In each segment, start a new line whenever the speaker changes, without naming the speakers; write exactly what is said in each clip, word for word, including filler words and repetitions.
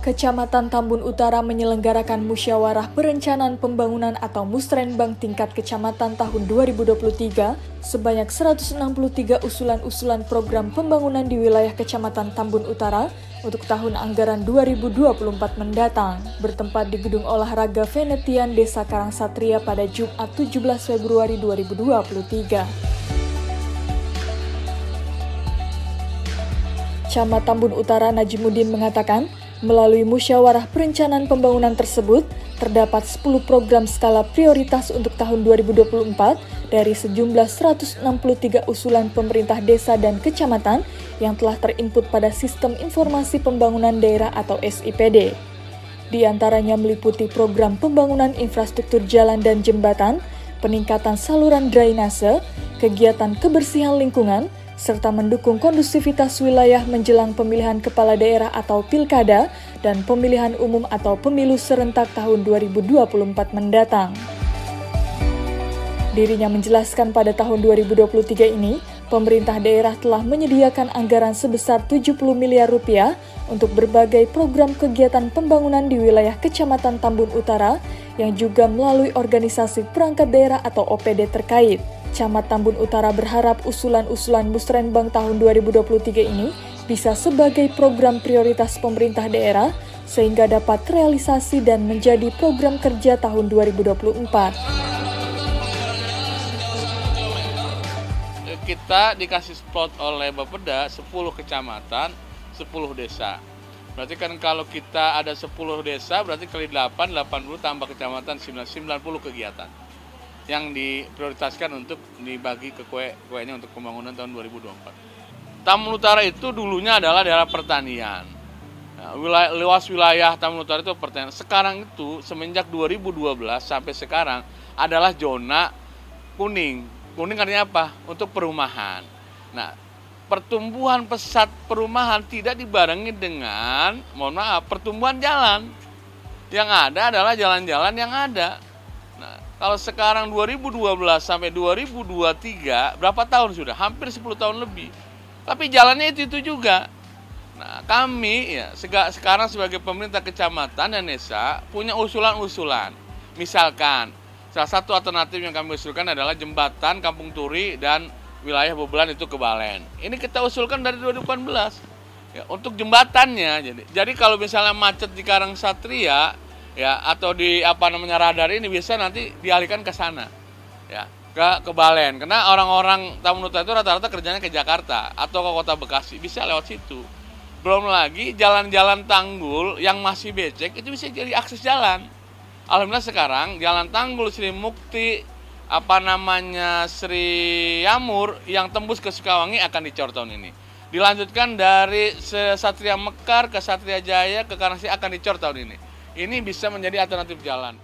Kecamatan Tambun Utara menyelenggarakan Musyawarah Perencanaan Pembangunan atau Musrenbang tingkat kecamatan tahun dua ribu dua puluh tiga sebanyak seratus enam puluh tiga usulan-usulan program pembangunan di wilayah Kecamatan Tambun Utara untuk tahun anggaran dua ribu dua puluh empat mendatang, bertempat di Gedung Olahraga Venetian Desa Karangsatria pada Jumat tujuh belas Februari dua ribu dua puluh tiga. Camat Tambun Utara Najimuddin mengatakan, melalui musyawarah perencanaan pembangunan tersebut, terdapat sepuluh program skala prioritas untuk tahun dua ribu dua puluh empat dari sejumlah seratus enam puluh tiga usulan pemerintah desa dan kecamatan yang telah terinput pada Sistem Informasi Pembangunan Daerah atau S I P D. Di antaranya meliputi program pembangunan infrastruktur jalan dan jembatan, peningkatan saluran drainase, kegiatan kebersihan lingkungan, serta mendukung kondusivitas wilayah menjelang pemilihan kepala daerah atau pilkada dan pemilihan umum atau pemilu serentak tahun dua ribu dua puluh empat mendatang. Dirinya menjelaskan pada tahun dua ribu dua puluh tiga ini, pemerintah daerah telah menyediakan anggaran sebesar tujuh puluh miliar rupiah untuk berbagai program kegiatan pembangunan di wilayah Kecamatan Tambun Utara yang juga melalui organisasi perangkat daerah atau O P D terkait. Camat Tambun Utara berharap usulan-usulan Musrenbang tahun dua ribu dua puluh tiga ini bisa sebagai program prioritas pemerintah daerah sehingga dapat terrealisasi dan menjadi program kerja tahun dua ribu dua puluh empat.
Kita dikasih spot oleh Bapeda sepuluh kecamatan, sepuluh desa. Berarti kan kalau kita ada sepuluh desa, berarti kali delapan, delapan puluh tambah kecamatan, sembilan puluh kegiatan yang diprioritaskan untuk dibagi ke kue kuenya untuk pembangunan tahun dua ribu dua puluh empat. Tambun Utara itu dulunya adalah daerah pertanian. Nah, wilayah, luas wilayah Tambun Utara itu pertanian. Sekarang itu semenjak dua ribu dua belas sampai sekarang adalah zona kuning. Kuning artinya apa? Untuk perumahan. Nah, pertumbuhan pesat perumahan tidak dibarengi dengan, mohon maaf, pertumbuhan jalan. Yang ada adalah jalan-jalan yang ada. Nah, kalau sekarang dua ribu dua belas sampai dua ribu dua puluh tiga, berapa tahun sudah? Hampir sepuluh tahun lebih. Tapi jalannya itu-itu juga. Nah, kami ya sekarang sebagai pemerintah kecamatan dan desa punya usulan-usulan. Misalkan, salah satu alternatif yang kami usulkan adalah jembatan Kampung Turi dan wilayah Bobelan itu ke Balen. Ini kita usulkan dari dua ribu delapan belas. Ya, untuk jembatannya. Jadi, jadi kalau misalnya macet di Karangsatria, ya atau di apa namanya radar ini bisa nanti dialihkan ke sana, ya ke ke Balen. Karena orang-orang Tambun Utara itu rata-rata kerjanya ke Jakarta atau ke Kota Bekasi, bisa lewat situ. Belum lagi jalan-jalan tanggul yang masih becek itu bisa jadi akses jalan. Alhamdulillah sekarang jalan tanggul Sri Mukti apa namanya Sri Yamur yang tembus ke Sukawangi akan dicor tahun ini. Dilanjutkan dari Satria Mekar ke Satria Jaya ke Karangsatria akan dicor tahun ini. Ini bisa menjadi alternatif jalan.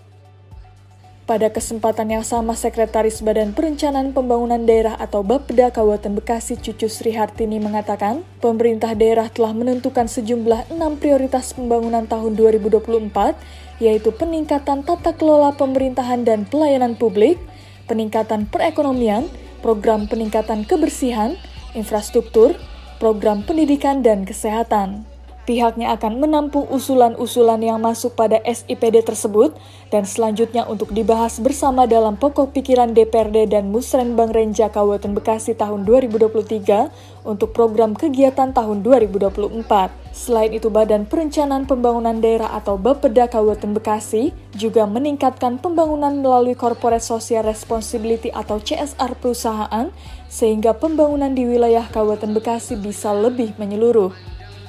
Pada kesempatan yang sama, Sekretaris Badan Perencanaan Pembangunan Daerah atau Bapeda Kabupaten Bekasi Cucu Sri Hartini mengatakan, pemerintah daerah telah menentukan sejumlah enam prioritas pembangunan tahun dua ribu dua puluh empat, yaitu peningkatan tata kelola pemerintahan dan pelayanan publik, peningkatan perekonomian, program peningkatan kebersihan, infrastruktur, program pendidikan dan kesehatan. Pihaknya akan menampung usulan-usulan yang masuk pada S I P D tersebut dan selanjutnya untuk dibahas bersama dalam pokok pikiran D P R D dan Musrenbang Renja Kabupaten Bekasi tahun dua ribu dua puluh tiga untuk program kegiatan tahun dua ribu dua puluh empat. Selain itu, Badan Perencanaan Pembangunan Daerah atau Bapeda Kabupaten Bekasi juga meningkatkan pembangunan melalui Corporate Social Responsibility atau C S R perusahaan sehingga pembangunan di wilayah Kabupaten Bekasi bisa lebih menyeluruh.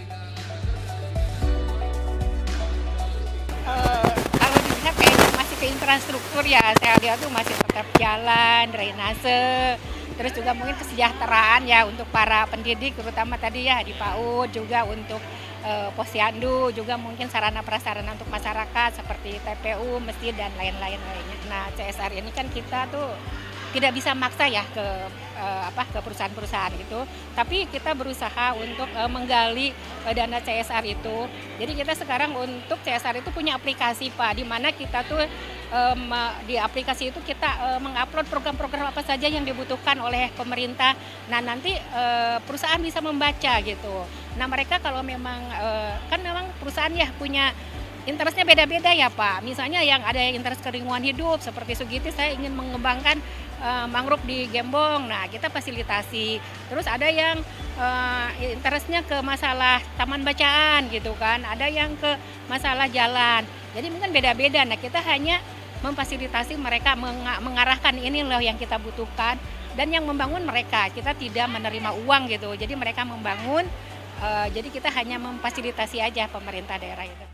Infrastruktur ya, saya lihat tuh masih tetap jalan, drainase, terus juga mungkin kesejahteraan ya untuk para pendidik, terutama tadi ya di PAUD, juga untuk eh, posyandu, juga mungkin sarana prasarana untuk masyarakat seperti T P U, masjid dan lain-lain lainnya. Nah, C S R ini kan kita tuh tidak bisa maksa ya ke eh, apa ke perusahaan-perusahaan gitu, tapi kita berusaha untuk eh, menggali eh, dana C S R itu. Jadi kita sekarang untuk C S R itu punya aplikasi Pak, di mana kita tuh eh, di aplikasi itu kita eh, mengupload program-program apa saja yang dibutuhkan oleh pemerintah. Nah nanti eh, perusahaan bisa membaca gitu. Nah mereka kalau memang uh, kan memang perusahaan ya punya interestnya beda-beda ya Pak. Misalnya yang ada yang interest ke lingkungan hidup seperti Sugiti, saya ingin mengembangkan uh, mangrove di Gembong. Nah kita fasilitasi. Terus ada yang uh, interestnya ke masalah taman bacaan gitu kan. Ada yang ke masalah jalan. Jadi mungkin beda-beda. Nah kita hanya memfasilitasi mereka, meng- mengarahkan ini loh yang kita butuhkan. Dan yang membangun mereka, kita tidak menerima uang gitu. Jadi mereka membangun, uh, jadi kita hanya memfasilitasi aja pemerintah daerah itu.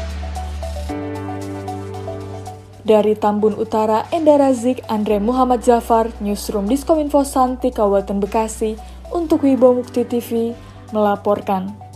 Dari Tambun Utara, Enda Razik, Andre Muhammad Zafar, Newsroom Diskominfo Santi, Kabupaten Bekasi, untuk Wibo Mukti T V, melaporkan.